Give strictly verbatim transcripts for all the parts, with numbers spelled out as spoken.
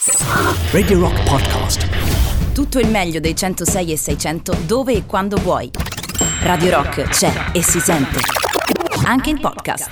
Radio Rock Podcast. Tutto il meglio dei centosei e seicento dove e quando vuoi. Radio Rock c'è e si sente anche in podcast.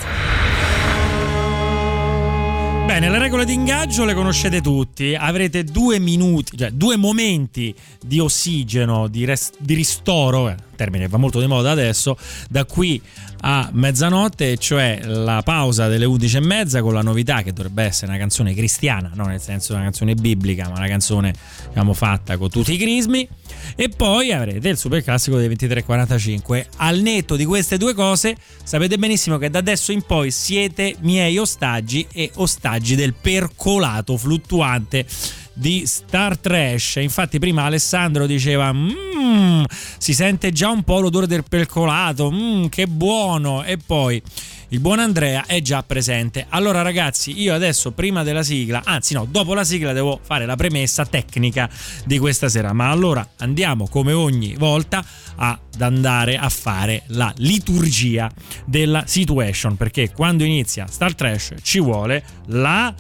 Bene, le regole di ingaggio le conoscete tutti. Avrete due minuti, cioè due momenti di ossigeno, di, res- di ristoro, eh, termine che va molto di moda adesso, da qui a mezzanotte, cioè la pausa delle undici e mezza con la novità che dovrebbe essere una canzone cristiana, non nel senso una canzone biblica, ma una canzone, diciamo, fatta con tutti i crismi, e poi avrete il super classico dei ventitré e quarantacinque. Al netto di queste due cose sapete benissimo che da adesso in poi siete miei ostaggi e ostaggi del percolato fluttuante di Star Trash. Infatti prima Alessandro diceva mmm, si sente già un po' l'odore del percolato, mmm, che buono, e poi il buon Andrea è già presente. Allora ragazzi, io adesso prima della sigla, anzi no, dopo la sigla devo fare la premessa tecnica di questa sera, ma allora andiamo come ogni volta ad andare a fare la liturgia della situation, perché quando inizia Star Trash ci vuole la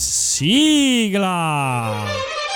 sigla.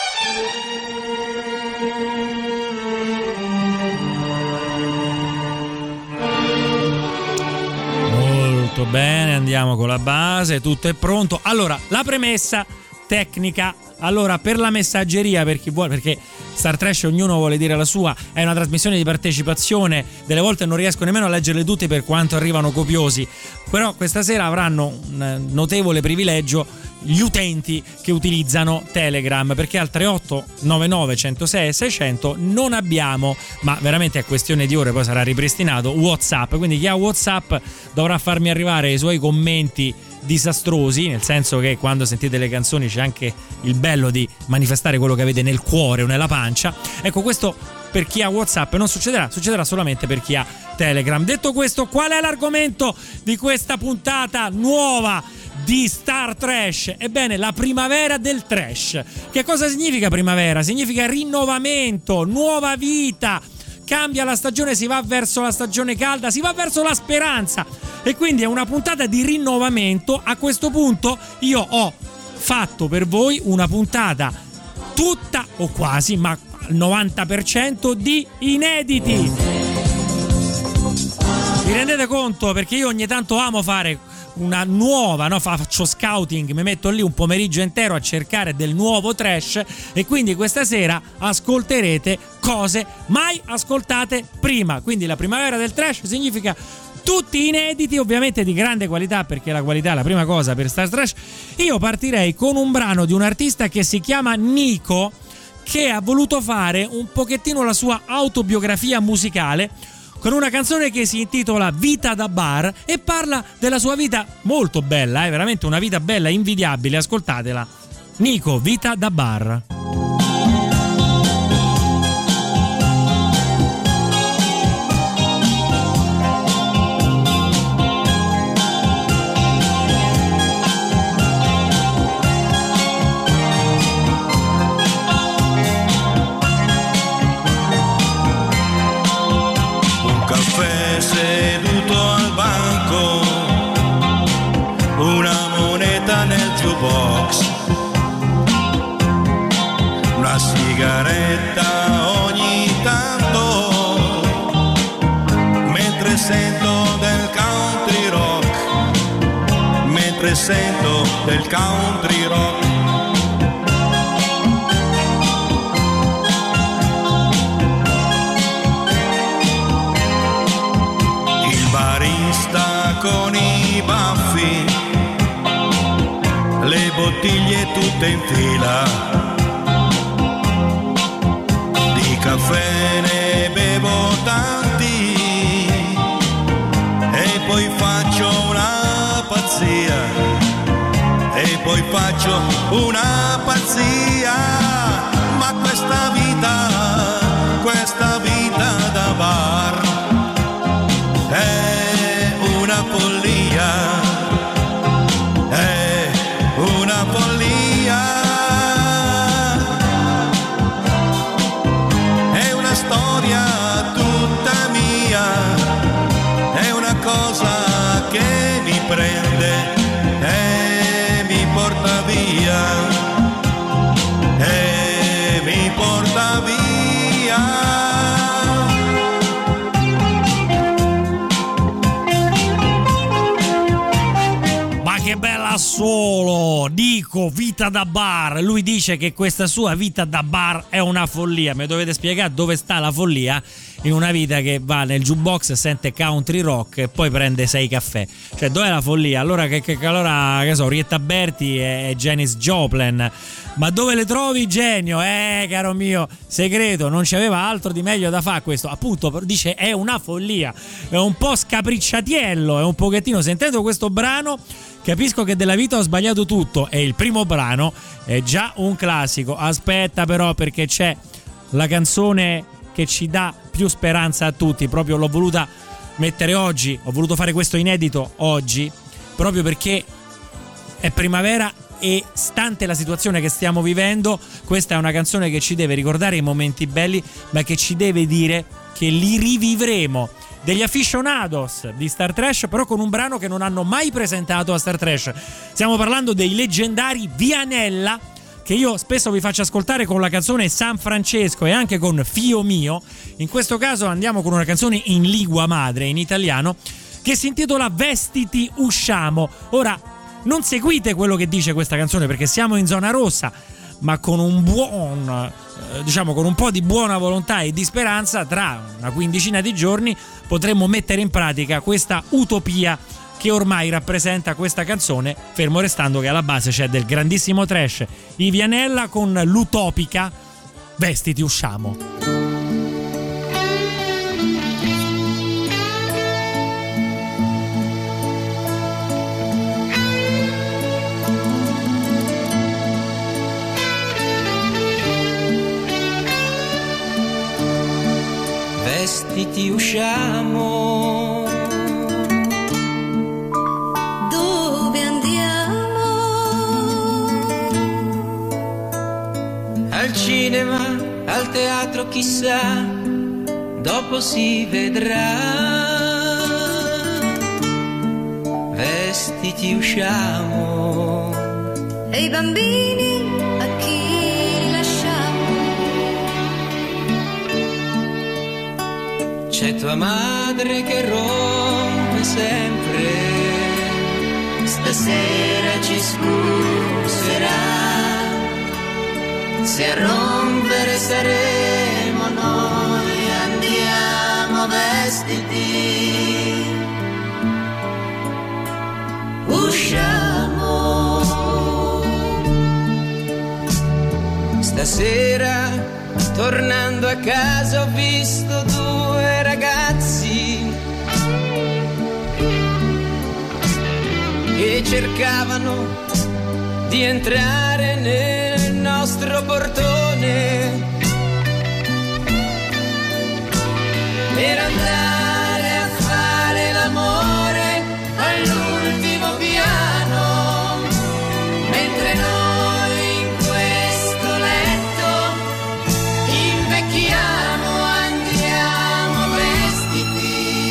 Molto bene, andiamo con la base, tutto è pronto. Allora, la premessa tecnica. Allora, per la messaggeria, per chi vuole, perché Star Trash ognuno vuole dire la sua, è una trasmissione di partecipazione, delle volte non riesco nemmeno a leggerle tutte per quanto arrivano copiosi, però questa sera avranno un notevole privilegio gli utenti che utilizzano Telegram, perché al tre otto nove nove uno zero sei sei zero zero non abbiamo, ma veramente è questione di ore, poi sarà ripristinato, WhatsApp, quindi chi ha WhatsApp dovrà farmi arrivare i suoi commenti disastrosi, nel senso che quando sentite le canzoni c'è anche il bello di manifestare quello che avete nel cuore o nella pancia. Ecco, questo per chi ha WhatsApp non succederà, succederà solamente per chi ha Telegram. Detto questo, qual è l'argomento di questa puntata nuova di Star Trash? Ebbene, la primavera del trash. Che cosa significa primavera? Significa rinnovamento, nuova vita. Cambia la stagione, si va verso la stagione calda, si va verso la speranza, e quindi è una puntata di rinnovamento. A questo punto io ho fatto per voi una puntata tutta o quasi, ma al novanta per cento di inediti. Vi rendete conto? Perché io ogni tanto amo fare una nuova, no? Faccio scouting, mi metto lì un pomeriggio intero a cercare del nuovo trash, e quindi questa sera ascolterete cose mai ascoltate prima. Quindi la primavera del trash significa tutti inediti, ovviamente di grande qualità, perché la qualità è la prima cosa per Star Trash. Io partirei con un brano di un artista che si chiama Nico, che ha voluto fare un pochettino la sua autobiografia musicale con una canzone che si intitola Vita da bar e parla della sua vita molto bella, è eh, veramente una vita bella, invidiabile. Ascoltatela. Nico, Vita da bar. Una sigaretta ogni tanto, mentre sento del country rock, mentre sento del country rock. Il barista con i baffi, le bottiglie tutte in fila, di caffè ne bevo tanti e poi faccio una pazzia, e poi faccio una pazzia, ma questa vita, questa vita da bar è una follia. Prende e mi porta via. dico, dico vita da bar. Lui dice che questa sua vita da bar è una follia. Mi dovete spiegare dove sta la follia in una vita che va nel jukebox, sente country rock e poi prende sei caffè. Cioè, dov'è la follia? Allora che, che allora che so, Rietta Berti e Janis Joplin. Ma dove le trovi, genio? Eh, caro mio, segreto, non c'aveva altro di meglio da fare questo. Appunto, dice è una follia, è un po' scapricciatiello, è un pochettino. Sentendo questo brano capisco che della vita ho sbagliato tutto, e il primo brano è già un classico. Aspetta però, perché c'è la canzone che ci dà più speranza a tutti. Proprio l'ho voluta mettere oggi, ho voluto fare questo inedito oggi proprio perché è primavera e stante la situazione che stiamo vivendo, questa è una canzone che ci deve ricordare i momenti belli, ma che ci deve dire che li rivivremo. Degli aficionados di Star Trash, però con un brano che non hanno mai presentato a Star Trash. Stiamo parlando dei leggendari Vianella, che io spesso vi faccio ascoltare con la canzone San Francesco e anche con Fio Mio. In questo caso andiamo con una canzone in lingua madre, in italiano, che si intitola Vestiti usciamo. Ora, non seguite quello che dice questa canzone perché siamo in zona rossa, ma con un buon, eh, diciamo con un po' di buona volontà e di speranza, tra una quindicina di giorni potremmo mettere in pratica questa utopia che ormai rappresenta questa canzone, fermo restando che alla base c'è del grandissimo trash. I Vianella con l'utopica Vestiti usciamo. Vestiti usciamo, dove andiamo? Al cinema, al teatro, chissà, dopo si vedrà. Vestiti usciamo, E i bambini a chi li lasciamo? c'è tua madre che rompe sempre, stasera ci scuserà, se a rompere saremo noi, andiamo vestiti, usciamo. Stasera, tornando a casa, ho visto due ragazzi che cercavano di entrare nel nostro portone per andare a fare l'amore all'ultimo piano, mentre noi in questo letto invecchiamo, andiamo vestiti,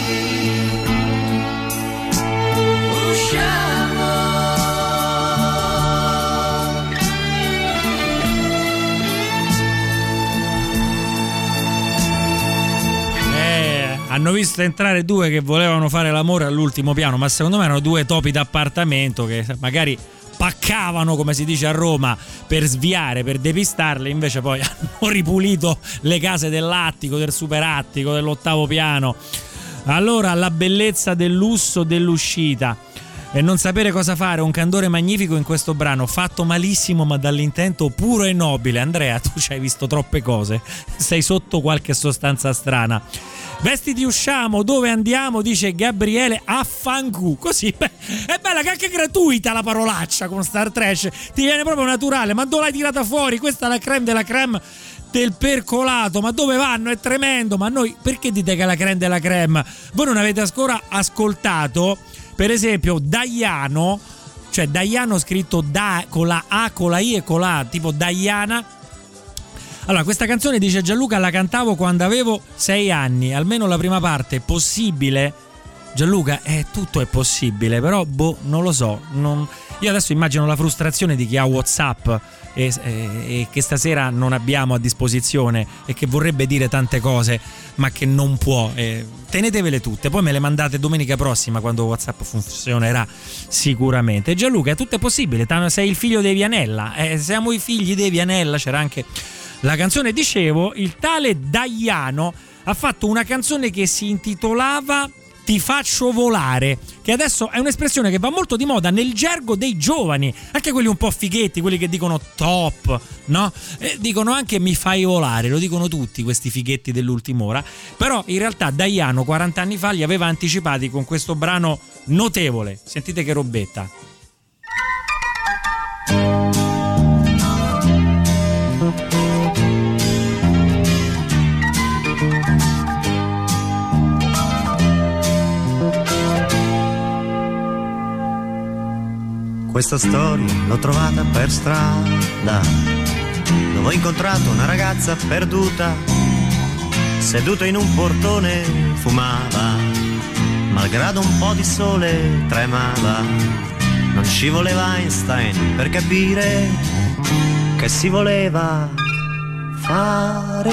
usciamo. Eh, hanno visto entrare due che volevano fare l'amore all'ultimo piano, ma secondo me erano due topi d'appartamento che magari paccavano, come si dice a Roma, per sviare, per depistarle, invece poi hanno ripulito le case dell'attico, del superattico, dell'ottavo piano. Allora, la bellezza del lusso dell'uscita e non sapere cosa fare, un candore magnifico in questo brano, fatto malissimo ma dall'intento puro e nobile. Andrea, tu ci hai visto troppe cose, sei sotto qualche sostanza strana. Vestiti usciamo, dove andiamo? Dice Gabriele Affangù. Così, beh, è bella che anche gratuita la parolaccia con Star Trash, ti viene proprio naturale. Ma dove l'hai tirata fuori? Questa è la creme della creme del percolato. Ma dove vanno? È tremendo. Ma noi perché dite che è la creme della creme? Voi non avete ancora ascoltato, per esempio, Daiano, cioè Daiano scritto da, con la A, con la I e con la A, tipo Diana. Allora, questa canzone, dice Gianluca, la cantavo quando avevo sei anni, almeno la prima parte. Possibile? Gianluca, eh, tutto è possibile, però boh, non lo so. Non... Io adesso immagino la frustrazione di chi ha WhatsApp e, e, e che stasera non abbiamo a disposizione e che vorrebbe dire tante cose ma che non può. Eh, tenetevele tutte, poi me le mandate domenica prossima quando WhatsApp funzionerà sicuramente. Gianluca, tutto è possibile, sei il figlio dei Vianella, eh, siamo i figli dei Vianella, c'era anche la canzone. Dicevo, il tale Daiano ha fatto una canzone che si intitolava Ti faccio volare, che adesso è un'espressione che va molto di moda nel gergo dei giovani, anche quelli un po' fighetti, quelli che dicono top, no? Eh, dicono anche mi fai volare, lo dicono tutti questi fighetti dell'ultima ora, però in realtà Daiano quaranta anni fa li aveva anticipati con questo brano notevole. Sentite che robetta. Questa storia l'ho trovata per strada, dove ho incontrato una ragazza perduta, seduta in un portone fumava, malgrado un po' di sole tremava. Non ci voleva Einstein per capire che si voleva fare.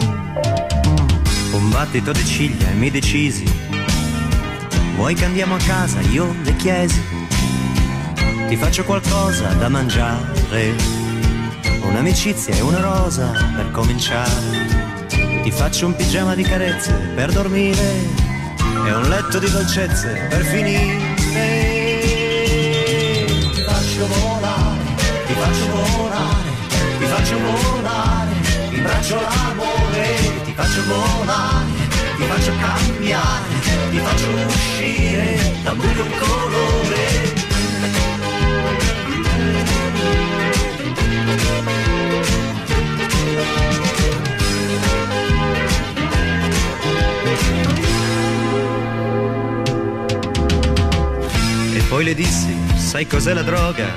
Un battito di ciglia e mi decisi, vuoi che andiamo a casa? Io le chiesi, ti faccio qualcosa da mangiare, un'amicizia e una rosa per cominciare. Ti faccio un pigiama di carezze per dormire e un letto di dolcezze per finire. Ti faccio volare, ti faccio volare, ti faccio volare, in braccio l'amore. Ti faccio volare, ti faccio cambiare, ti faccio uscire da un buco di colore. E poi le dissi, sai cos'è la droga?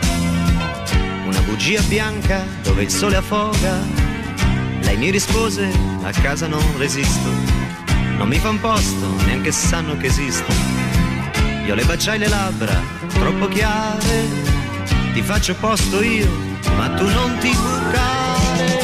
Una bugia bianca dove il sole affoga. Lei mi rispose, a casa non resisto, non mi fan posto, neanche sanno che esisto. Io le baciai le labbra, troppo chiare, ti faccio posto io, ma tu non ti bucare.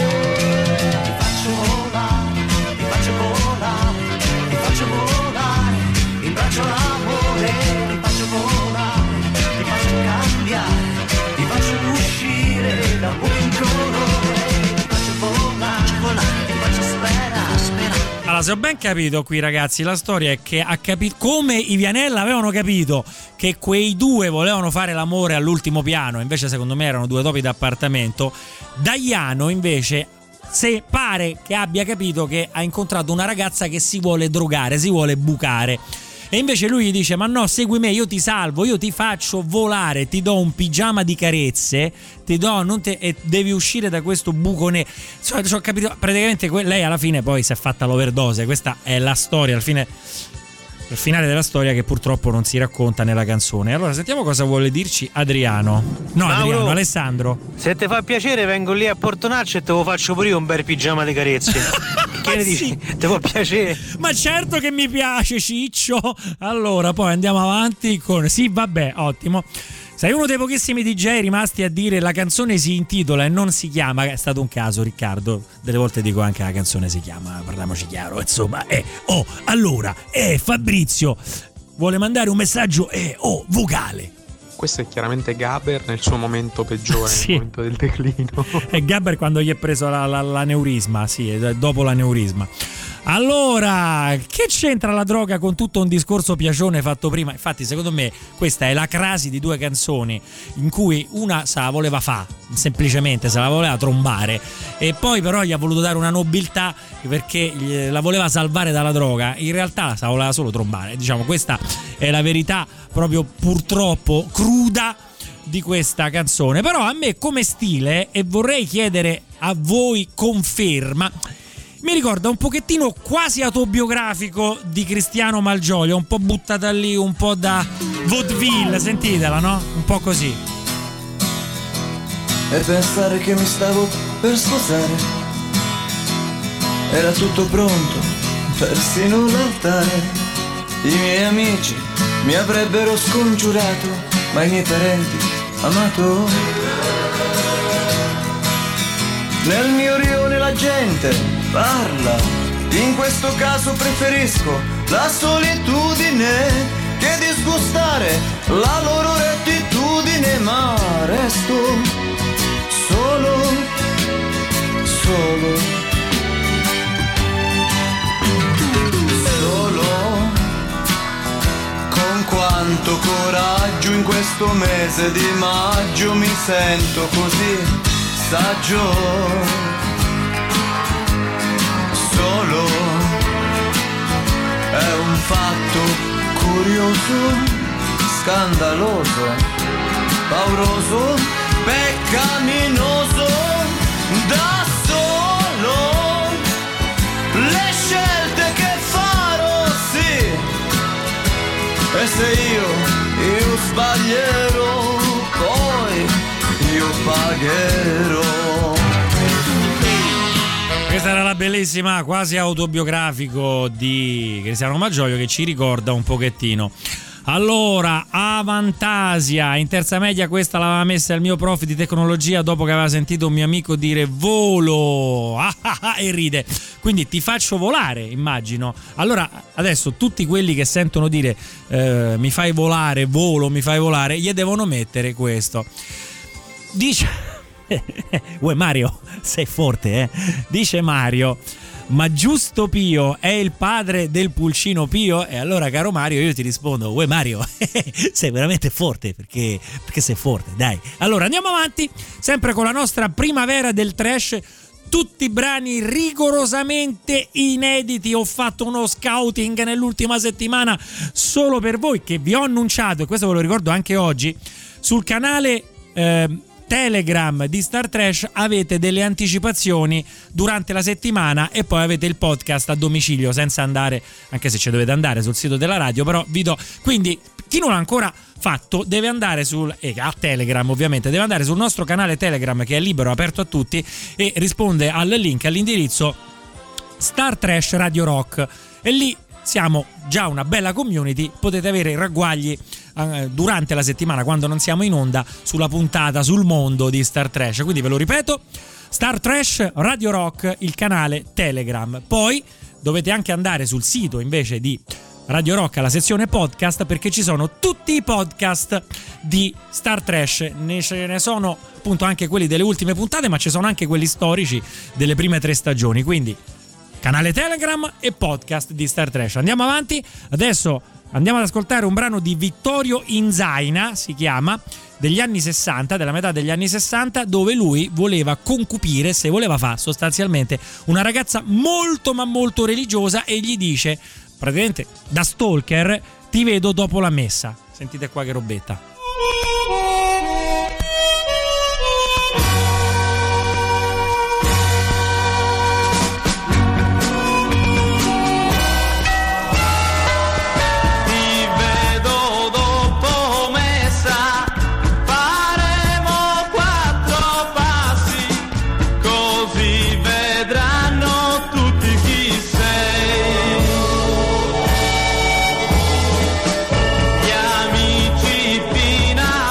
Ti faccio volare, ti faccio volare, ti faccio volare, in braccio l'amore. Ti faccio volare, ti faccio cambiare, ti faccio uscire da un colore. Ti faccio volare, volare, ti faccio sperare, sperare. Allora, se ho ben capito qui, ragazzi, la storia è che ha capito come i Vianella avevano capito che quei due volevano fare l'amore all'ultimo piano, invece secondo me erano due topi d'appartamento. Daiano invece se pare che abbia capito che ha incontrato una ragazza che si vuole drogare, si vuole bucare. E invece lui gli dice: ma no, segui me, io ti salvo, io ti faccio volare, ti do un pigiama di carezze, ti do, non te, e devi uscire da questo buco nero. Cioè, ho capito, praticamente lei alla fine poi si è fatta l'overdose. Questa è la storia, al fine, il finale della storia che purtroppo non si racconta nella canzone. Allora sentiamo cosa vuole dirci Adriano. No, Mauro, Adriano, Alessandro. Se ti fa piacere vengo lì a Portonaccio e te lo faccio pure io un bel pigiama di carezze. Che ne dici? Ti può piacere? Ma certo che mi piace, Ciccio. Allora poi andiamo avanti con... Sì, vabbè, ottimo. Sei uno dei pochissimi D J rimasti a dire la canzone si intitola e non si chiama. È stato un caso, Riccardo. Delle volte dico anche la canzone si chiama, parliamoci chiaro, insomma. Eh, oh, allora, eh, Fabrizio vuole mandare un messaggio, eh, oh, vocale. Questo è chiaramente Gabber nel suo momento peggiore, sì. Nel momento del declino. È Gabber quando gli è preso la, la, l'aneurisma, sì, dopo l'aneurisma. Allora, che c'entra la droga con tutto un discorso piacione fatto prima? Infatti, secondo me, questa è la crasi di due canzoni in cui una se la voleva fa, semplicemente se la voleva trombare, e poi però gli ha voluto dare una nobiltà perché la voleva salvare dalla droga. In realtà se la voleva solo trombare. Diciamo, questa è la verità proprio purtroppo cruda di questa canzone. Però a me come stile, e vorrei chiedere a voi conferma, mi ricorda un pochettino quasi autobiografico di Cristiano Malgioglio, un po' buttata lì, un po' da vaudeville, sentitela, no? Un po' così. E pensare che mi stavo per sposare, era tutto pronto, persino l'altare. I miei amici mi avrebbero scongiurato, ma i miei parenti amato. Nel mio rione la gente parla, in questo caso preferisco la solitudine che disgustare la loro rettitudine, ma resto solo, solo, solo. Con quanto coraggio in questo mese di maggio mi sento così saggio, solo. È un fatto curioso, scandaloso, pauroso, peccaminoso, da solo. Le scelte che farò, sì, e se io, io sbaglierò, poi io pagherò. Questa era la bellissima, quasi autobiografico di Cristiano Malgioglio, che ci ricorda un pochettino. Allora, Avantasia, in terza media questa l'aveva messa il mio prof di tecnologia dopo che aveva sentito un mio amico dire volo, ah, ah, ah, e ride. Quindi ti faccio volare, immagino. Allora, adesso tutti quelli che sentono dire eh, mi fai volare, volo, mi fai volare, gli devono mettere questo. Dice... Uè Mario, sei forte, eh? Dice Mario, ma giusto Pio è il padre del pulcino Pio? E allora, caro Mario, io ti rispondo, uè Mario, sei veramente forte, perché, perché sei forte, dai. Allora andiamo avanti, sempre con la nostra primavera del trash. Tutti brani rigorosamente inediti. Ho fatto uno scouting nell'ultima settimana solo per voi, che vi ho annunciato, e questo ve lo ricordo anche oggi, sul canale eh, Telegram di Star Trash avete delle anticipazioni durante la settimana e poi avete il podcast a domicilio senza andare, anche se ci dovete andare sul sito della radio, però vi do. Quindi chi non l'ha ancora fatto deve andare sul eh, a Telegram, ovviamente deve andare sul nostro canale Telegram, che è libero, aperto a tutti, e risponde al link, all'indirizzo Star Trash Radio Rock, e lì siamo già una bella community, potete avere i ragguagli eh, durante la settimana quando non siamo in onda sulla puntata sul mondo di Star Trash. Quindi ve lo ripeto, Star Trash Radio Rock, il canale Telegram. Poi dovete anche andare sul sito invece di Radio Rock alla sezione podcast, perché ci sono tutti i podcast di Star Trash, ne, ce ne sono appunto anche quelli delle ultime puntate, ma ci sono anche quelli storici delle prime tre stagioni, quindi canale Telegram e podcast di Star Trash. Andiamo avanti, adesso andiamo ad ascoltare un brano di Vittorio Inzaina, si chiama, degli anni sessanta, della metà degli anni sessanta, dove lui voleva concupire, se voleva fare sostanzialmente, una ragazza molto ma molto religiosa, e gli dice, praticamente da stalker, ti vedo dopo la messa. Sentite qua che robetta. Amici fino a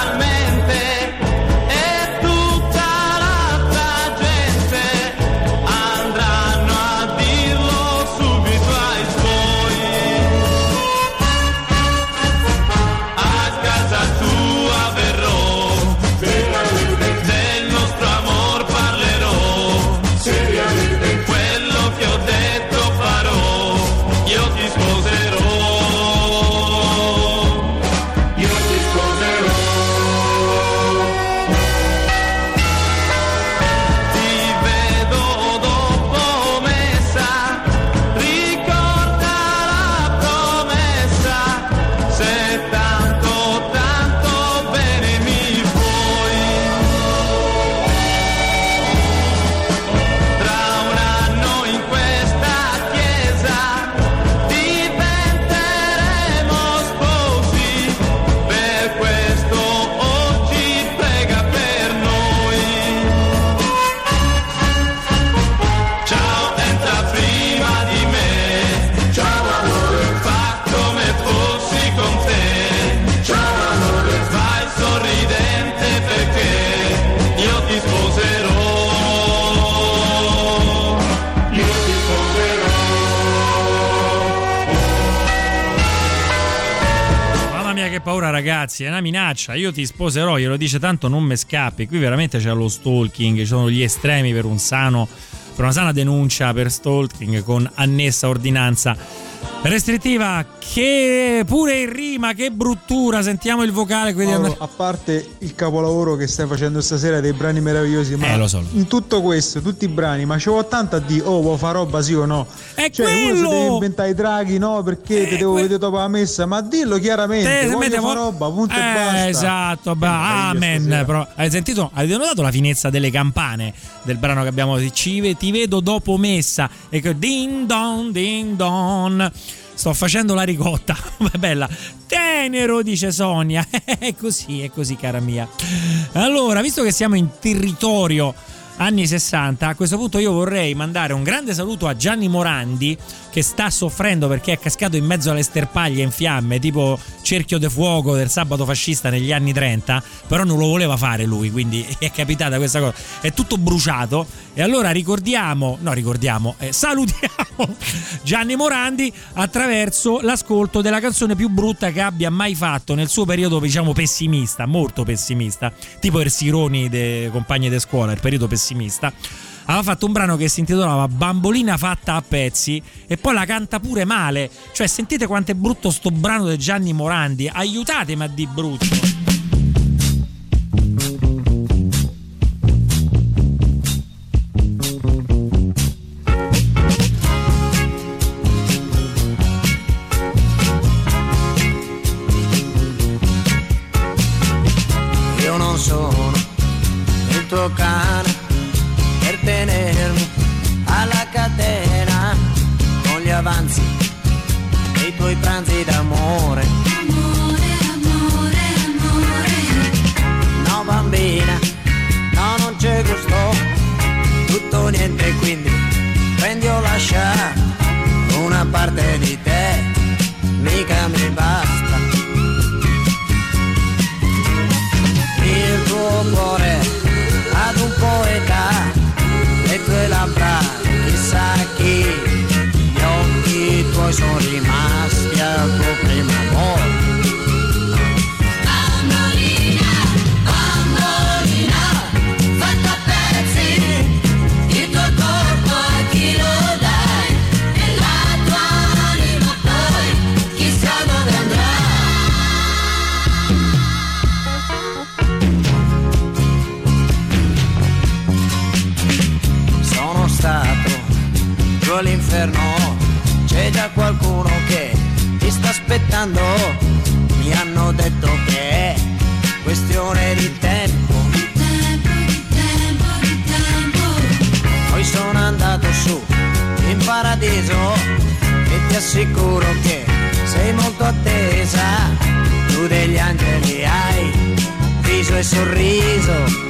paura, ragazzi, è una minaccia. Io ti sposerò, glielo dice, tanto non me scappi. Qui veramente c'è lo stalking, ci sono gli estremi per un sano, per una sana denuncia per stalking con annessa ordinanza restrittiva, che pure in rima, che bruttura. Sentiamo il vocale. Paolo, a parte il capolavoro che stai facendo stasera, dei brani meravigliosi, ma eh, lo so. in tutto questo, tutti i brani, ma c'ho tanto a dire, oh, vuoi fa roba sì o no? È cioè quello! uno si deve inventare i draghi, no, perché eh, te devo que... vedere dopo la messa, ma dillo chiaramente, te, voglio devo... fa roba, punto eh, e basta. Esatto, bah, amen. Però, hai sentito, avete notato la finezza delle campane del brano che abbiamo? Ci, ti vedo dopo messa, e che ding don, ding don. Sto facendo la ricotta, bella. Tenero, dice Sonia. È così, è così, cara mia. Allora, visto che siamo in territorio anni sessanta, a questo punto io vorrei mandare un grande saluto a Gianni Morandi, che sta soffrendo perché è cascato in mezzo alle sterpaglie in fiamme, tipo cerchio de fuoco del sabato fascista negli anni trenta, però non lo voleva fare lui, quindi è capitata questa cosa, è tutto bruciato. E allora ricordiamo, no ricordiamo, eh, salutiamo Gianni Morandi attraverso l'ascolto della canzone più brutta che abbia mai fatto nel suo periodo, diciamo, pessimista, molto pessimista, tipo Ersironi dei compagni di scuola, il periodo pessimista. Aveva fatto un brano che si intitolava Bambolina fatta a pezzi, e poi la canta pure male. Cioè, sentite quanto è brutto sto brano di Gianni Morandi, aiutatemi a di brutto. Io non sono il tuo cane per tenermi alla catena con gli avanzi dei tuoi pranzi d'amore. Amore, amore, amore. No bambina, no, non c'è gusto, tutto niente, quindi prendi o lascia una parte di te, mica mi basta. Il tuo cuore ad un poeta, le tue labbra chissà chi, gli occhi tuoi sono rimasti al tuo primo amore. Bambolina, bambolina, fatta a pezzi, il tuo corpo a chi lo dai, e la tua anima poi chissà dove andrà. Sono stato giù all'inferno, c'è già qualcuno che ti sta aspettando, mi hanno detto che è questione di tempo. Di tempo, di tempo, di tempo. Poi sono andato su in paradiso e ti assicuro che sei molto attesa, tu degli angeli hai viso e sorriso.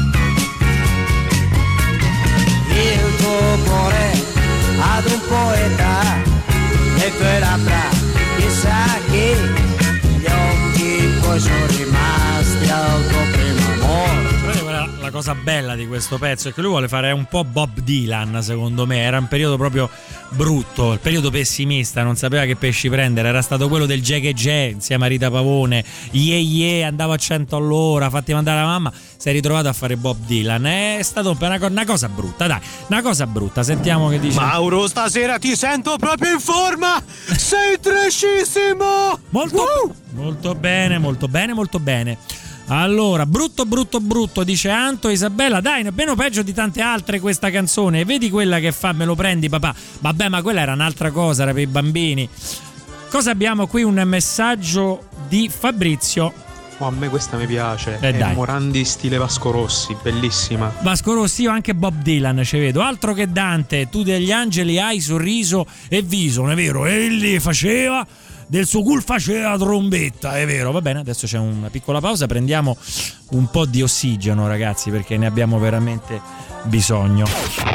Il tuo cuore ad un poeta, le tue labbra chissà chi, gli occhi poi sono rimasti al tuo primo amore. La cosa bella di questo pezzo è che lui vuole fare un po' Bob Dylan, secondo me. Era un periodo proprio brutto, il periodo pessimista, non sapeva che pesci prendere, era stato quello del Jack e Jay insieme a Rita Pavone, yeah yeah, andava a cento all'ora, fatti mandare la mamma, si è ritrovato a fare Bob Dylan. È stato una, una cosa brutta, dai, una cosa brutta. Sentiamo che dice Mauro. Stasera ti sento proprio in forma, sei trashissimo. Molto, uh! molto bene, molto bene, molto bene. Allora, brutto brutto brutto, dice Anto. Isabella, dai, nemmeno peggio di tante altre questa canzone. Vedi quella che fa me lo prendi papà. Vabbè, ma quella era un'altra cosa, era per i bambini. Cosa abbiamo qui? Un messaggio di Fabrizio. Oh, a me questa mi piace, eh, è dai. Morandi stile Vasco Rossi, bellissima. Vasco Rossi, io anche Bob Dylan ci vedo. Altro che Dante, tu degli angeli hai sorriso e viso, non è vero? Egli faceva, del suo cul faceva trombetta, è vero? Va bene, adesso c'è una piccola pausa, prendiamo un po' di ossigeno, ragazzi, perché ne abbiamo veramente bisogno.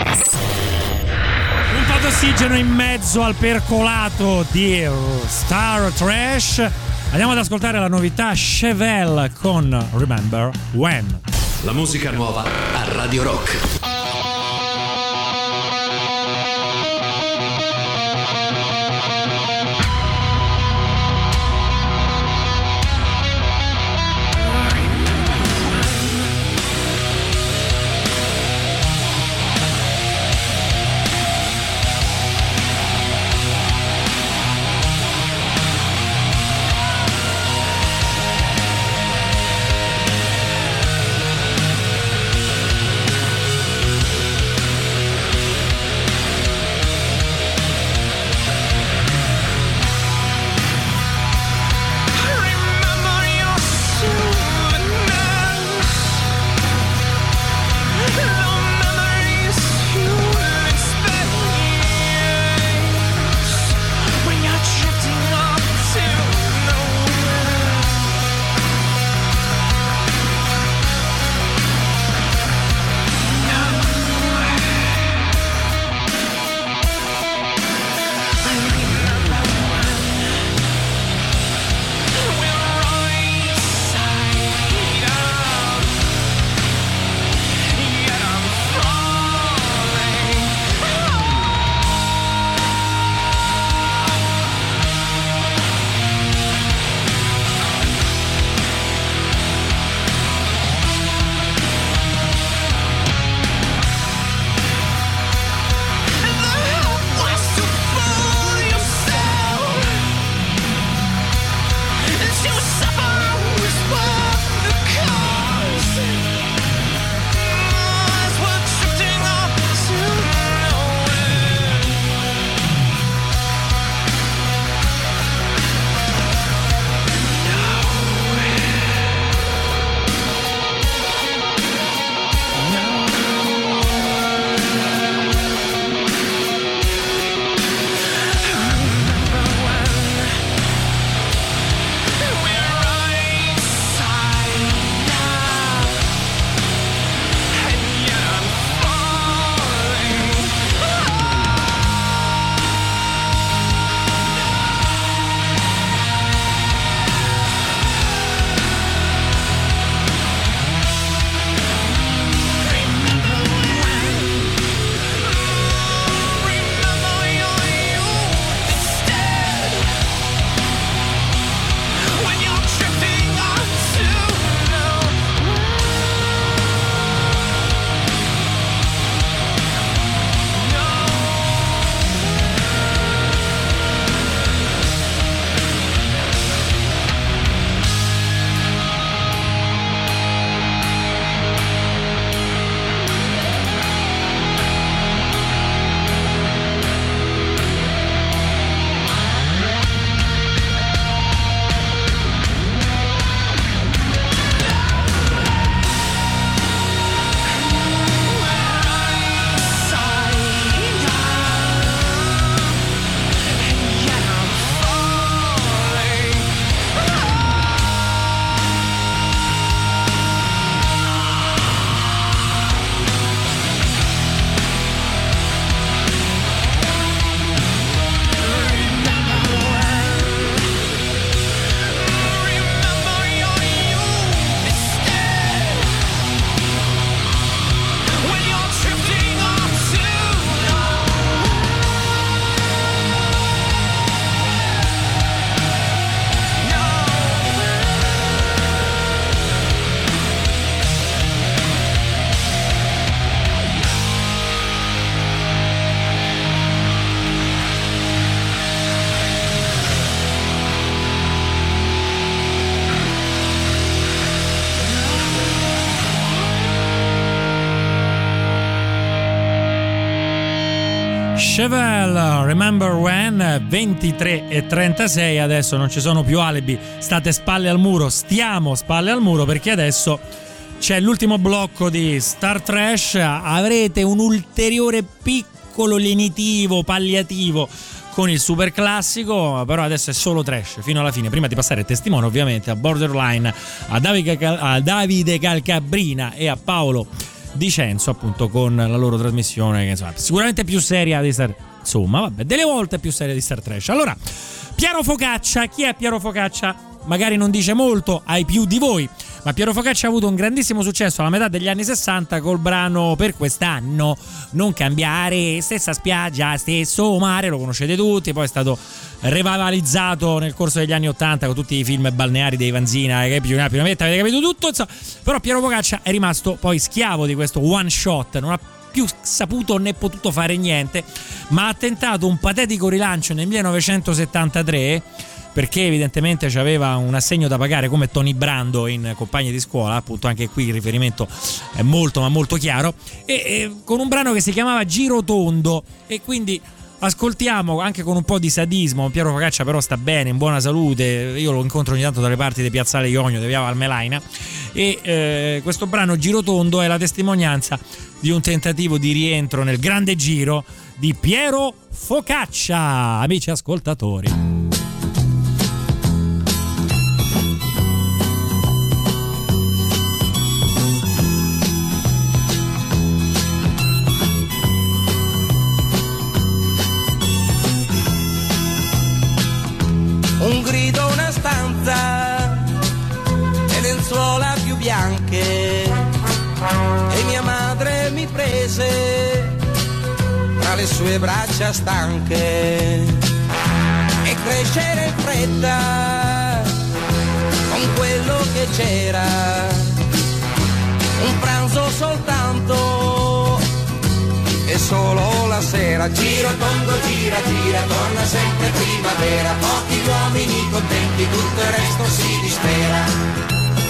Un po' di ossigeno in mezzo al percolato di Star Trash. Andiamo ad ascoltare la novità Chevelle con Remember When. La musica nuova a Radio Rock. Chevelle, Remember When, ventitré e trentasei. Adesso non ci sono più alibi, state spalle al muro, stiamo spalle al muro, perché adesso c'è l'ultimo blocco di Star Trash. Avrete un ulteriore piccolo lenitivo palliativo con il super classico, però adesso è solo trash fino alla fine. Prima di passare il testimone ovviamente a Borderline, a Davide, Cal- a Davide Calcabrina e a Paolo Dicenzo, appunto, con la loro trasmissione che insomma sicuramente più seria di Star, insomma vabbè, delle volte più seria di Star Trash. Allora, Piero Focaccia, chi è Piero Focaccia? Magari non dice molto ai più di voi, ma Piero Focaccia ha avuto un grandissimo successo alla metà degli anni sessanta col brano Per quest'anno non cambiare, stessa spiaggia, stesso mare, lo conoscete tutti. Poi è stato revitalizzato nel corso degli anni ottanta con tutti i film balneari dei Vanzina, che più ne avete capito tutto, insomma. Però Piero Focaccia è rimasto poi schiavo di questo one shot, non ha più saputo né potuto fare niente, ma ha tentato un patetico rilancio nel millenovecentosettantatré, perché evidentemente aveva un assegno da pagare come Tony Brando in Compagni di scuola, appunto anche qui il riferimento è molto ma molto chiaro, e, e con un brano che si chiamava Girotondo. E quindi ascoltiamo anche con un po' di sadismo. Piero Focaccia però sta bene, in buona salute, io lo incontro ogni tanto dalle parti di Piazzale Ionio, di via Valmelaina, e eh, questo brano Girotondo è la testimonianza di un tentativo di rientro nel grande giro di Piero Focaccia, amici ascoltatori. Un grido, una stanza e lenzuola più bianche, e mia madre mi prese tra le sue braccia stanche, e crescere in fretta con quello che c'era, un pranzo soltanto e solo la sera. Giro tondo, gira, gira, torna sempre primavera, pochi uomini contenti, tutto il resto si dispera.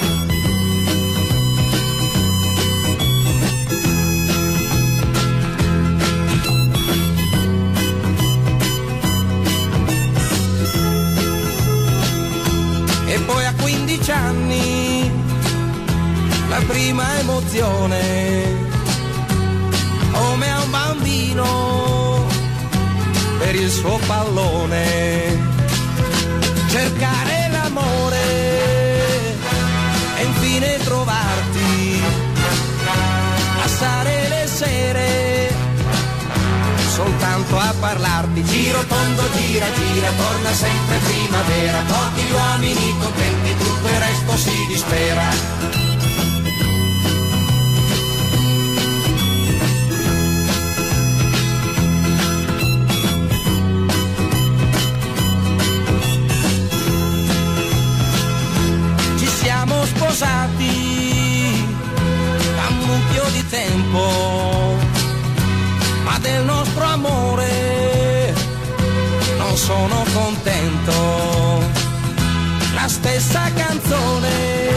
E poi a quindici anni la prima emozione, come a un bambino per il suo pallone, cercare l'amore e infine trovarti, passare le sere soltanto a parlarti. Giro tondo, gira, gira, torna sempre primavera, pochi uomini contenti, tutto il resto si dispera. Sposati da un mucchio di tempo, ma del nostro amore non sono contento. La stessa canzone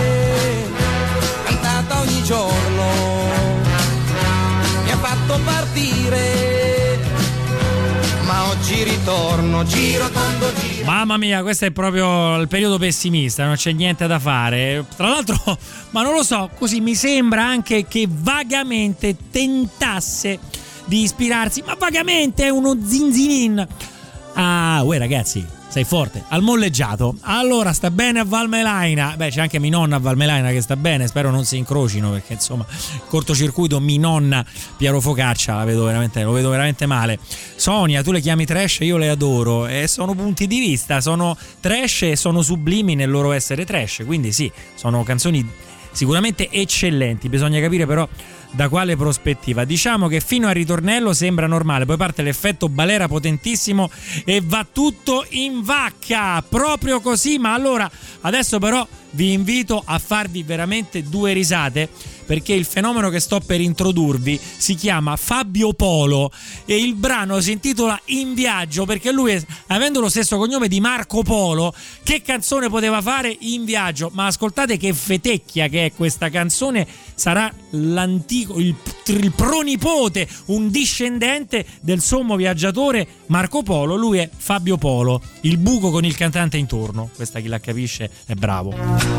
cantata ogni giorno mi ha fatto partire, ma oggi ritorno. Giro tondo, giro. Mamma mia, questo è proprio il periodo pessimista, non c'è niente da fare. Tra l'altro, ma non lo so, così mi sembra anche che vagamente tentasse di ispirarsi, ma vagamente è uno zinzinin. Ah, uè ragazzi, sei forte, al molleggiato. Allora, sta bene a Valmelaina. Beh, c'è anche mia nonna a Valmelaina che sta bene, spero non si incrocino, perché insomma, cortocircuito mi nonna Piero Focaccia, la vedo veramente, lo vedo veramente male. Sonia, tu le chiami trash, io le adoro, e sono punti di vista, sono trash e sono sublimi nel loro essere trash, quindi sì, sono canzoni sicuramente eccellenti, bisogna capire però da quale prospettiva. Diciamo che fino al ritornello sembra normale, poi parte l'effetto balera potentissimo e va tutto in vacca, proprio così. Ma allora adesso però vi invito a farvi veramente due risate, perché il fenomeno che sto per introdurvi si chiama Fabio Polo e il brano si intitola In Viaggio, perché lui, avendo lo stesso cognome di Marco Polo, che canzone poteva fare? In Viaggio. Ma ascoltate che fetecchia che è questa canzone, sarà l'antico, il, il pronipote, un discendente del sommo viaggiatore Marco Polo. Lui è Fabio Polo, il buco con il cantante intorno. Questa chi la capisce è bravo.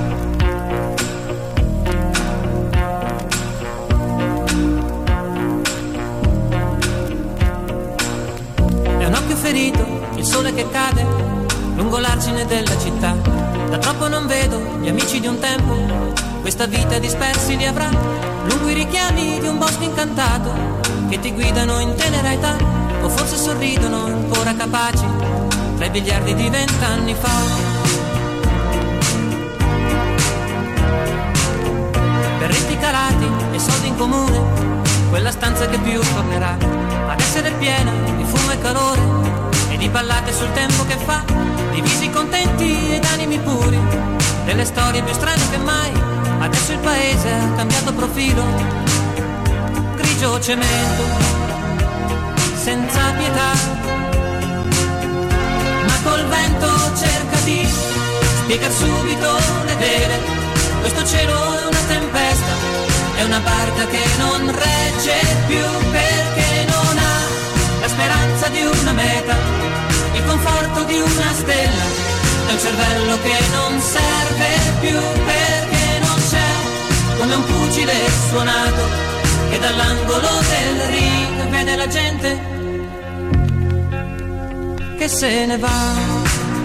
È un occhio ferito, il sole che cade lungo l'argine della città. Da troppo non vedo gli amici di un tempo, questa vita dispersi li avrà. Lungo i richiami di un bosco incantato che ti guidano in tenera età, o forse sorridono ancora capaci tra i biliardi di vent'anni fa. Berretti calati e soldi in comune, quella stanza che più tornerà ad essere piena di fumo e calore e di ballate sul tempo che fa, divisi contenti ed animi puri, delle storie più strane che mai. Adesso il paese ha cambiato profilo, grigio cemento, senza pietà, ma col vento cerca di spiegar subito le vele. Questo cielo è una tempesta, è una barca che non regge più perché non ha la speranza di una meta, il conforto di una stella, è un cervello che non serve più perché non c'è, come un pugile suonato che dall'angolo del ring vede la gente che se ne va.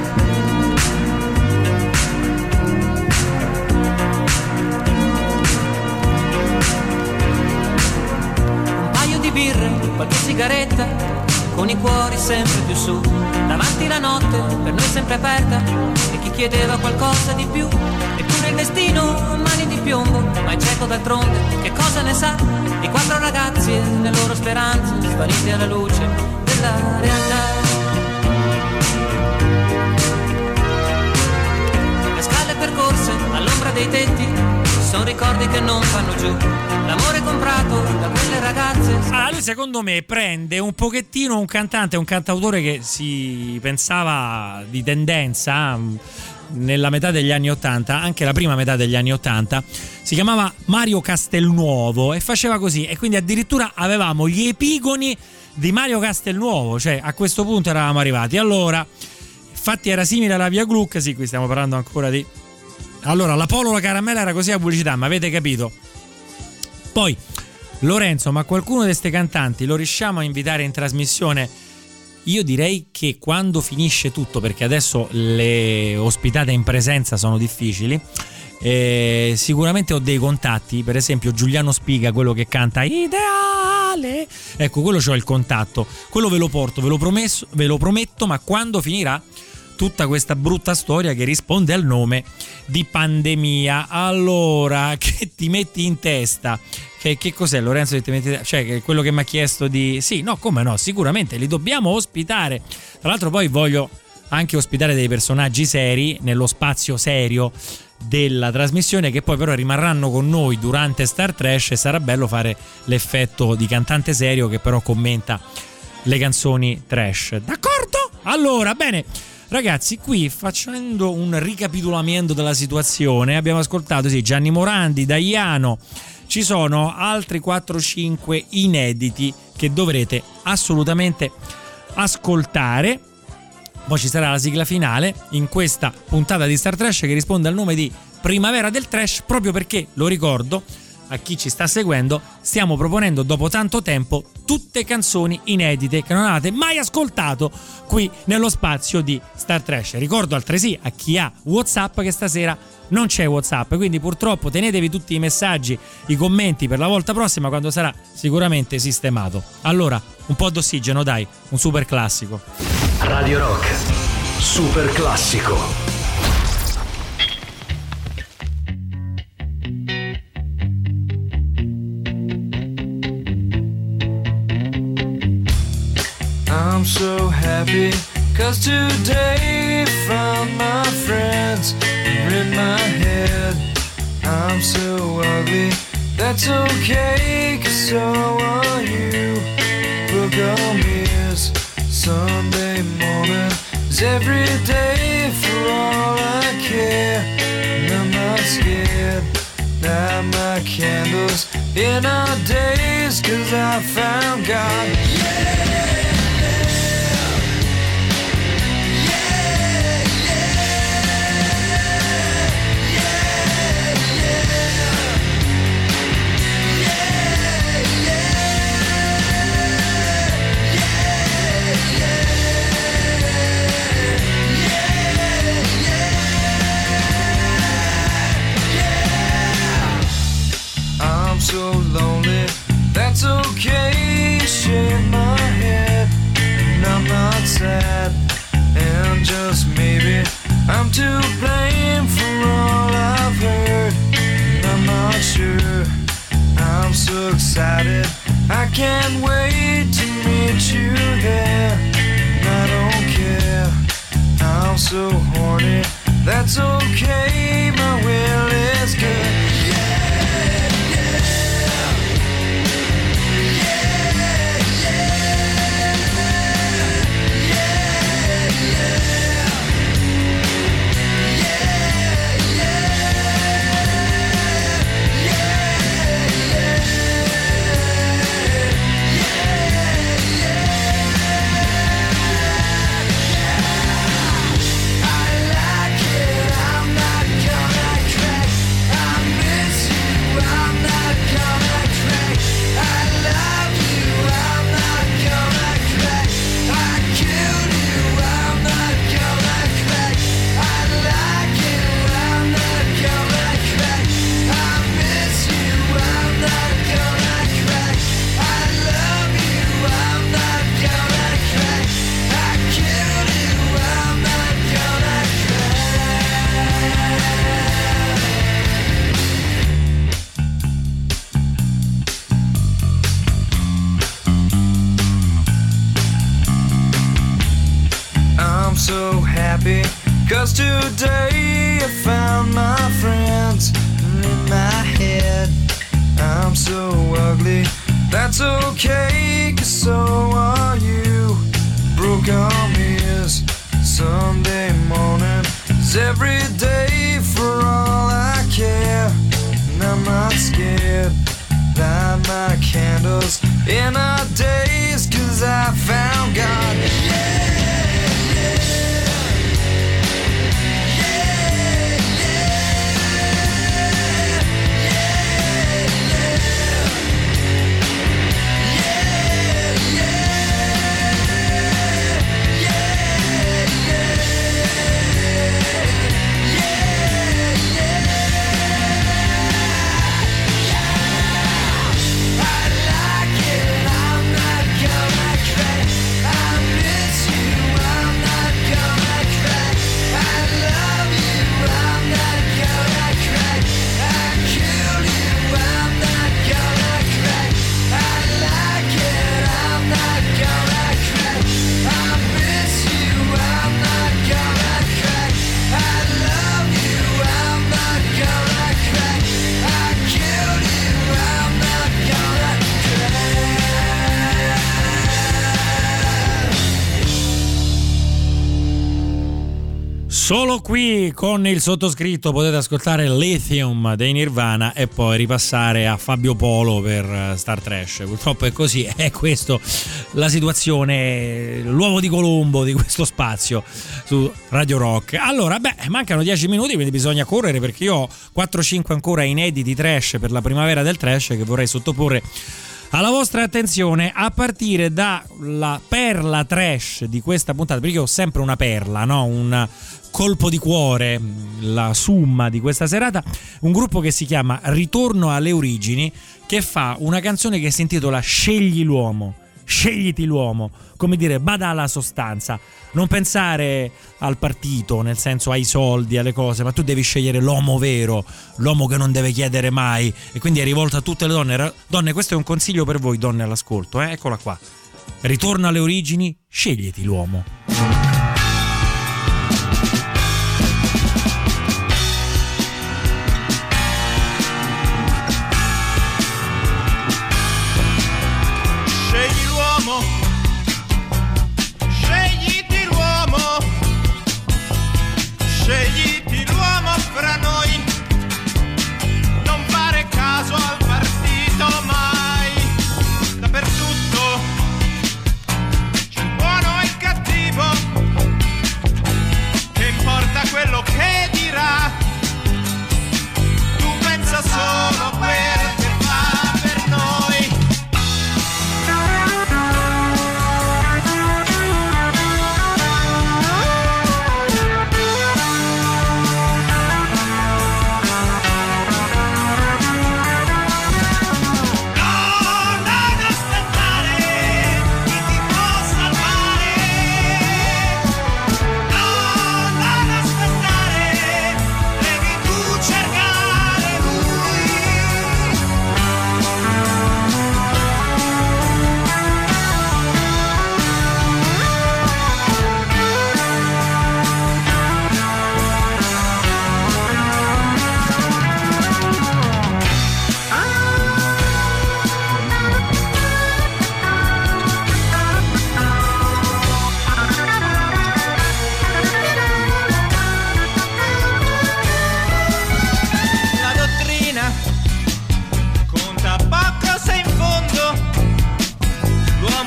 Birre, qualche sigaretta, con i cuori sempre più su, davanti la notte per noi sempre aperta, e chi chiedeva qualcosa di più, eppure il destino ha mani di piombo, ma è cieco d'altronde, che cosa ne sa, di quattro ragazzi e le loro speranze, spariti alla luce della realtà. Le scale percorse all'ombra dei tetti, sono ricordi che non fanno giù, l'amore comprato da quelle ragazze. Ah, lui secondo me prende un pochettino un cantante, un cantautore che si pensava di tendenza nella metà degli anni ottanta, anche la prima metà degli anni ottanta, si chiamava Mario Castelnuovo e faceva così, e quindi addirittura avevamo gli epigoni di Mario Castelnuovo, cioè a questo punto eravamo arrivati. Allora, infatti era simile alla Via Gluck, sì, qui stiamo parlando ancora di... Allora, la Polo la caramella era così a pubblicità, ma avete capito? Poi, Lorenzo, ma qualcuno di questi cantanti lo riusciamo a invitare in trasmissione? Io direi che quando finisce tutto, perché adesso le ospitate in presenza sono difficili, eh, sicuramente ho dei contatti, per esempio Giuliano Spiga, quello che canta Ideale, ecco, quello c'ho il contatto, quello ve lo porto, ve lo, promesso, ve lo prometto, ma quando finirà tutta questa brutta storia che risponde al nome di pandemia. Allora, che ti metti in testa? Che, che cos'è, Lorenzo, che ti metti in testa? Cioè, che quello che mi ha chiesto di... Sì, no, come no, sicuramente li dobbiamo ospitare. Tra l'altro poi voglio anche ospitare dei personaggi seri nello spazio serio della trasmissione, che poi però rimarranno con noi durante Star Trash, e sarà bello fare l'effetto di cantante serio che però commenta le canzoni trash. D'accordo? Allora, bene, ragazzi, qui facendo un ricapitolamento della situazione, abbiamo ascoltato sì, Gianni Morandi, Daiano, ci sono altri quattro cinque inediti che dovrete assolutamente ascoltare. Poi ci sarà la sigla finale in questa puntata di Star Trash che risponde al nome di Primavera del Trash, proprio perché, lo ricordo a chi ci sta seguendo, stiamo proponendo dopo tanto tempo tutte canzoni inedite che non avete mai ascoltato qui nello spazio di Star Trash. Ricordo altresì a chi ha WhatsApp che stasera non c'è WhatsApp, quindi purtroppo tenetevi tutti i messaggi, i commenti per la volta prossima, quando sarà sicuramente sistemato. Allora, un po' d'ossigeno, dai, un super classico. Radio Rock, super classico. I'm so happy, cause today found my friends are in my head. I'm so ugly, that's okay, 'cause so are you. Book on mirrors, Sunday morning is every day for all I care. And I'm not scared, light my candles in our days, 'cause I found God. Yeah! So lonely, that's okay, shake my head, and I'm not sad, and just maybe I'm to blame for all I've heard, and I'm not sure, I'm so excited, I can't wait to meet you there, and I don't care, I'm so horny, that's okay, my will is good. So happy, 'cause today I found my friends in my head. I'm so ugly, that's okay, 'cause so are you. Broke arm is Sunday morning is every day for all I care. And I'm not scared, light my candles in our days, 'cause I found God. Yeah! Solo qui con il sottoscritto potete ascoltare Lithium dei Nirvana e poi ripassare a Fabio Polo per Star Trash. Purtroppo è così, è questo la situazione, l'uovo di Colombo di questo spazio su Radio Rock. Allora, beh, mancano dieci minuti, quindi bisogna correre perché io ho quattro cinque ancora inediti trash per la primavera del trash che vorrei sottoporre alla vostra attenzione a partire dalla perla trash di questa puntata, perché io ho sempre una perla, no? Un colpo di cuore, la summa di questa serata, un gruppo che si chiama Ritorno alle origini, che fa una canzone che si intitola Scegli l'uomo, scegliti l'uomo, come dire, bada alla sostanza, non pensare al partito, nel senso ai soldi, alle cose, ma tu devi scegliere l'uomo vero, l'uomo che non deve chiedere mai, e quindi è rivolta a tutte le donne. Donne, questo è un consiglio per voi donne all'ascolto, eh? Eccola qua, Ritorno alle origini, scegliti l'uomo.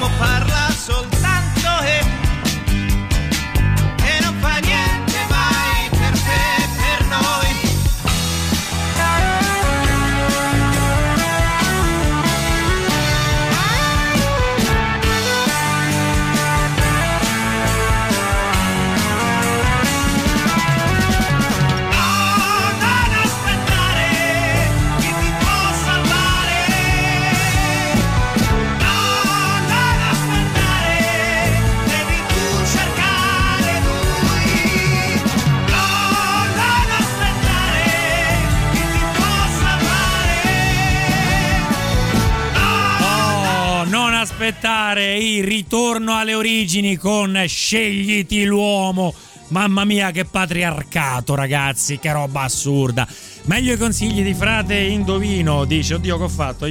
parla soltanto e, e non fa niente mai per te, per noi. Aspettare il ritorno alle origini con Scegliti l'uomo. Mamma mia, che patriarcato, ragazzi, che roba assurda. Meglio i consigli di frate Indovino. Dice: oddio, che ho fatto?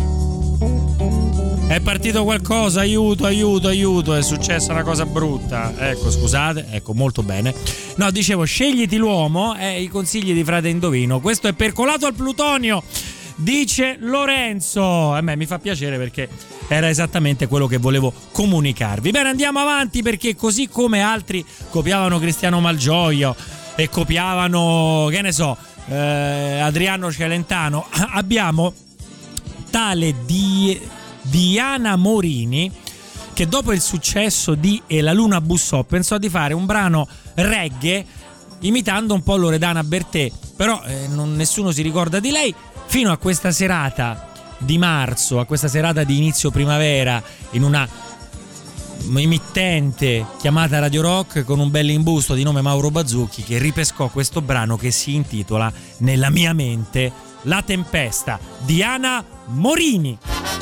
È partito qualcosa, aiuto, aiuto, aiuto, è successa una cosa brutta. Ecco, scusate, ecco, molto bene. No, dicevo, Scegliti l'uomo e i consigli di frate Indovino. Questo è percolato al plutonio, dice Lorenzo. A me mi fa piacere perché era esattamente quello che volevo comunicarvi. Bene, andiamo avanti, perché così come altri copiavano Cristiano Malgioglio e copiavano, che ne so, eh, Adriano Celentano, abbiamo tale di Diana Morini che dopo il successo di E la luna bussò pensò di fare un brano reggae imitando un po' Loredana Bertè, però eh, non, nessuno si ricorda di lei fino a questa serata di marzo, a questa serata di inizio primavera, in una emittente chiamata Radio Rock con un bell'imbusto di nome Mauro Bazzucchi, che ripescò questo brano che si intitola Nella mia mente la tempesta. Diana Morini.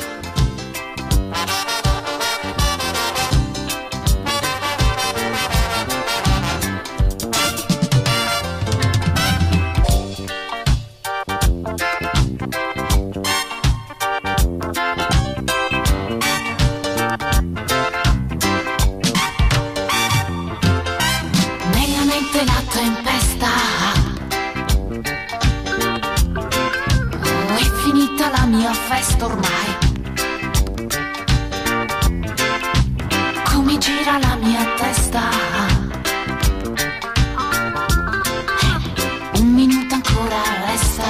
Festa ormai, come gira la mia testa, un minuto ancora resta,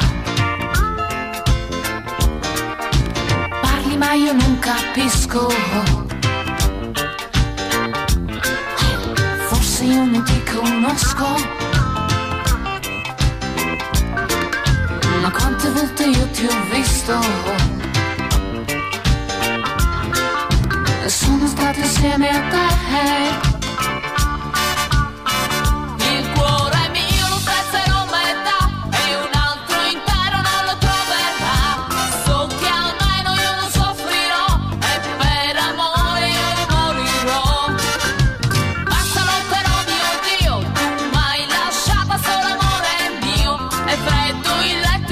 parli ma io non capisco, forse io non ti conosco. Ma quante volte io ti ho visto, sono stata insieme a te. Il cuore mio lo spezzerò metà e un altro intero non lo troverà. So che almeno io non soffrirò e per amore io morirò. Basta lotterò, mio Dio, tu m'hai lasciata solo, amore mio, è freddo il letto.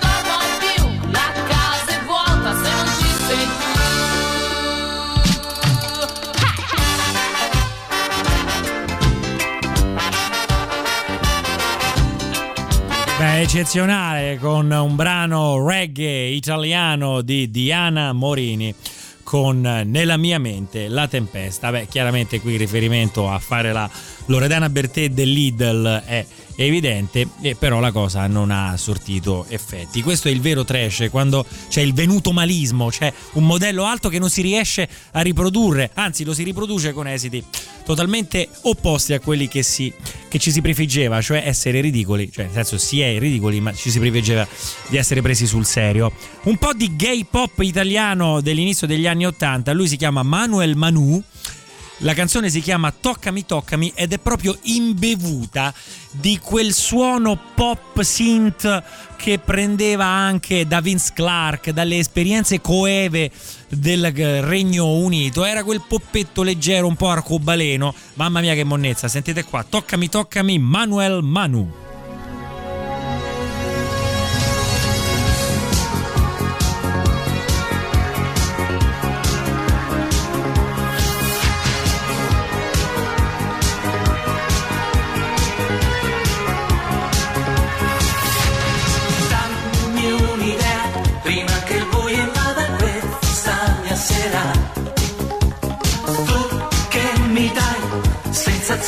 Beh, eccezionale, con un brano reggae italiano di Diana Morini con Nella mia mente la tempesta. Beh, chiaramente qui il riferimento a fare la Loredana Bertè del Lidl è evidente, e però la cosa non ha sortito effetti. Questo è il vero trash, quando c'è il venuto malismo, c'è un modello alto che non si riesce a riprodurre, anzi lo si riproduce con esiti totalmente opposti a quelli che, si, che ci si prefiggeva, cioè essere ridicoli, cioè nel senso si è ridicoli ma ci si prefiggeva di essere presi sul serio. Un po' di gay pop italiano dell'inizio degli anni ottanta, lui si chiama Manuel Manu. La canzone si chiama Toccami Toccami ed è proprio imbevuta di quel suono pop synth che prendeva anche da Vince Clarke, dalle esperienze coeve del Regno Unito. Era quel poppetto leggero, un po' arcobaleno. Mamma mia che monnezza, sentite qua, Toccami Toccami, Manuel Manu.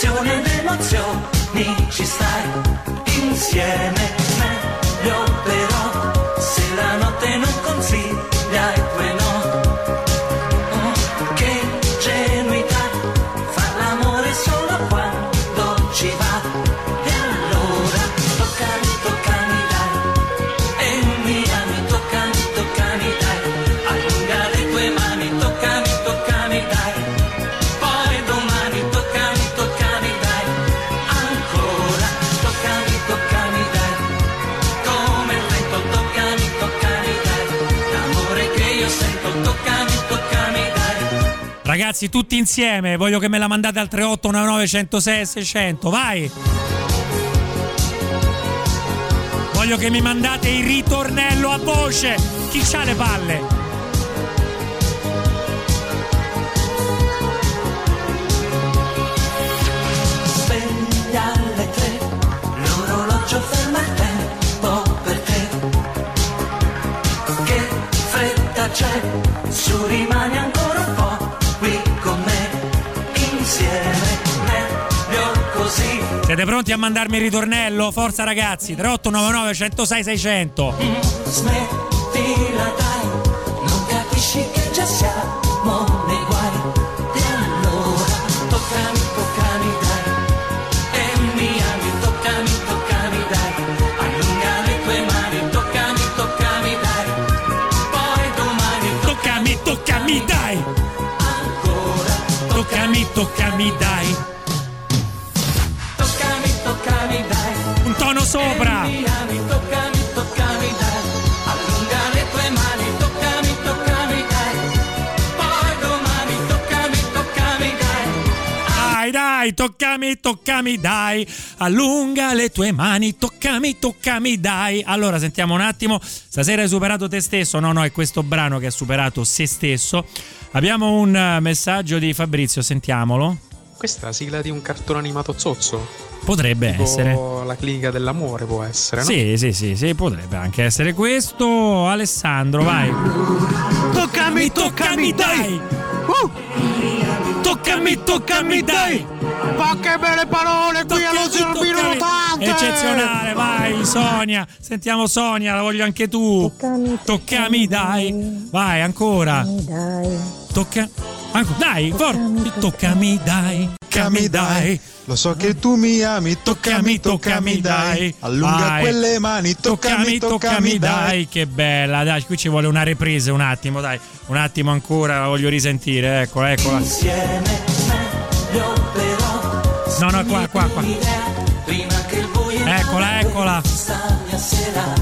sensazioni ed emozioni, ci stai insieme, meglio però se la notte non consiglia i tuoi no. Oh, che ingenuità, far l'amore solo quando ci va. E allora toccami, toccami dai, e mi ami, toccami, toccami dai, allunga le tue mani, toccami, toccami dai, poi domani toccami, toccami dai, ancora toccami, toccami dai, come il vento toccami, toccami dai, l'amore che io sento, toccami, toccami dai. Ragazzi, tutti insieme, voglio che me la mandate al tre otto nove nove uno zero sei sei zero zero, vai! Voglio che mi mandate il ritornello a voce. Chi c'ha le palle? Sveglia alle tre, l'orologio ferma il tempo per te. Che fretta c'è, su rimani ancora un po' qui con me, insieme, meglio così. Siete pronti a mandarmi il ritornello? Forza ragazzi, tre otto nove nove uno zero sei sei zero zero. Smettila dai, non capisci che già siamo nei guai. E allora toccami, toccami dai, e mi ami, toccami, toccami dai, allunga le tue mani, toccami, toccami dai, poi domani Toccami, toccami dai, ancora toccami, toccami dai. toccami, toccami dai, Un tono sopra. e mi ami, toccami, toccami dai, allunga le tue mani, toccami, toccami dai, poi domani toccami, toccami dai. Dai, dai, toccami, toccami, dai. Allunga le tue mani, toccami, toccami, dai. Allora, sentiamo un attimo. Stasera hai superato te stesso? No, no, è questo brano che ha superato se stesso. Abbiamo un eh, messaggio di Fabrizio, sentiamolo. Questa è la sigla di un cartone animato zozzo. Potrebbe Tipo essere. La clinica dell'amore può essere, no? Sì, sì, sì, sì, potrebbe anche essere questo. Alessandro, vai. Toccami, toccami, dai! Uh! Toccami, toccami, dai! Ma che belle parole qui allo zero ottanta! Eccezionale, vai Sonia. Sentiamo Sonia, la voglio anche tu. Toccami, Toccami, dai. Vai, ancora. dai. Tocca. Ancora. Dai, forte. Toccami, dai. Toccami, dai. Lo so che tu mi ami, toccami, toccami, dai. Allunga Vai. quelle mani, toccami, toccami, dai. Che bella, dai, qui ci vuole una ripresa un attimo, dai. Un attimo ancora, la voglio risentire, eccola, eccola. Insieme, meglio però. No, no, qua, qua, qua. Prima che il buio Eccola, eccola. stagna sera.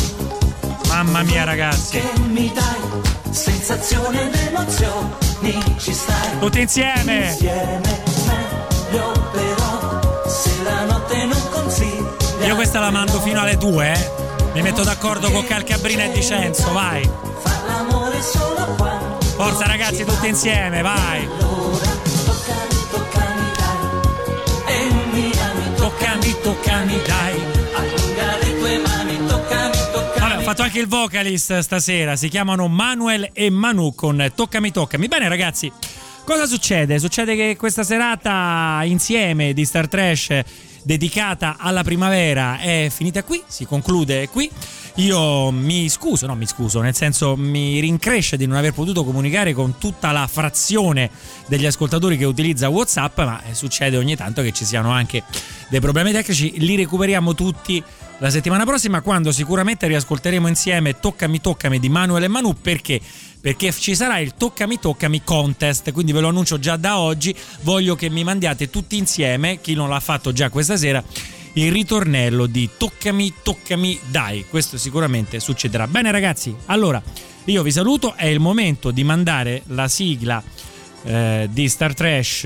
Mamma mia, ragazzi. Che mi dai sensazioni ed emozioni, ci stai Tutti insieme. insieme, meglio però se la notte non consiglia. Io questa la mando fino alle due, eh. Mi metto d'accordo con Calcabrina e Dicenzo, vai. Far l'amore solo quando Forza ragazzi, tutti insieme, vai. toccami, toccami dai, e mi ami, Toccami, toccami, dai. allunga le tue mani, toccami, toccami. Vabbè, ho fatto anche il vocalist stasera. Si chiamano Manuel e Manu con Toccami, toccami. Bene ragazzi, cosa succede? Succede che questa serata insieme di Star Trash dedicata alla primavera è finita qui, si conclude qui. Io mi scuso, no mi scuso, nel senso mi rincresce di non aver potuto comunicare con tutta la frazione degli ascoltatori che utilizza WhatsApp, ma succede ogni tanto che ci siano anche dei problemi tecnici. Li recuperiamo tutti la settimana prossima, quando sicuramente riascolteremo insieme Toccami Toccami di Manuel e Manu. Perché? Perché ci sarà il Toccami Toccami Contest, quindi ve lo annuncio già da oggi. Voglio che mi mandiate tutti insieme, chi non l'ha fatto già questa sera, il ritornello di Toccami Toccami Dai. Questo sicuramente succederà. Bene ragazzi, allora io vi saluto, è il momento di mandare la sigla eh, di Star Trash,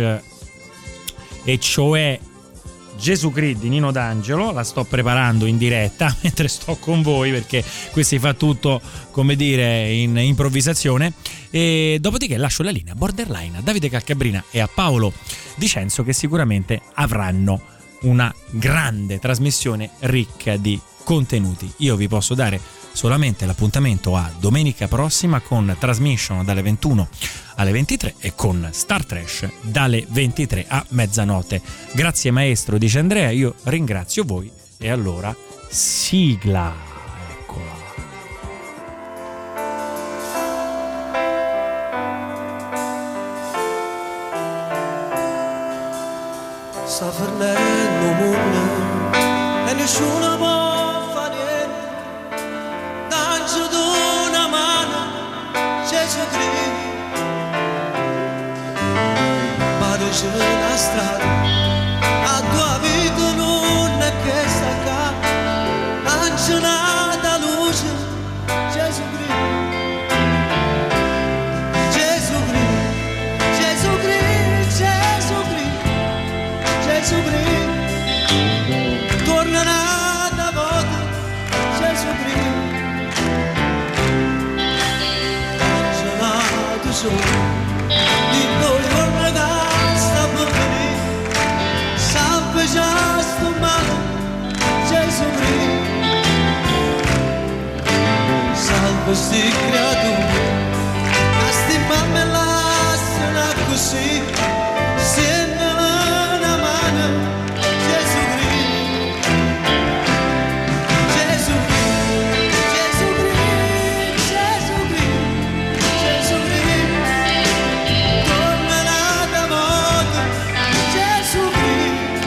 e cioè Gesù Cristo di Nino D'Angelo. La sto preparando in diretta mentre sto con voi, perché qui si fa tutto, come dire, in improvvisazione. E dopodiché lascio la linea Borderline a Davide Calcabrina e a Paolo Dicenzo, che sicuramente avranno una grande trasmissione ricca di contenuti. Io vi posso dare solamente l'appuntamento a domenica prossima con Transmission dalle ventuno alle ventitré e con Star Trash dalle ventitré a mezzanotte. Grazie maestro, dice Andrea, io ringrazio voi e allora sigla, eccola. Sta fornendo mondo e nessuno può fare niente, danzo d'una mano Gesù Cristo, ma non c'è una strada a tua vita non è che sta qua, non c'è nada luce Gesù Cristo, Gesù Cristo, Gesù Cristo, Gesù Cristo, Gesù Cristo, tornerà da volta Gesù Cristo, angelato solo di noi ragazza per venire, salve già sto male Gesù Cristo, salve sti creature, a sti mamme lasciano così, siendo una mano Gesù Cristo, Gesù Cristo, Gesù Cristo, Gesù Cristo, Gesù Cristo, tornerà da moda Gesù Cristo,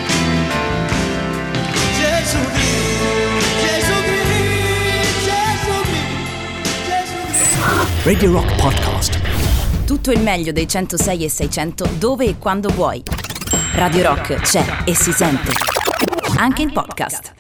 Gesù Cristo, Gesù Cristo, Gesù Cristo, Gesù Cristo. Radio Rock Podcast. Tutto il meglio dei centosei e seicento dove e quando vuoi. Radio Rock c'è e si sente. Anche in podcast.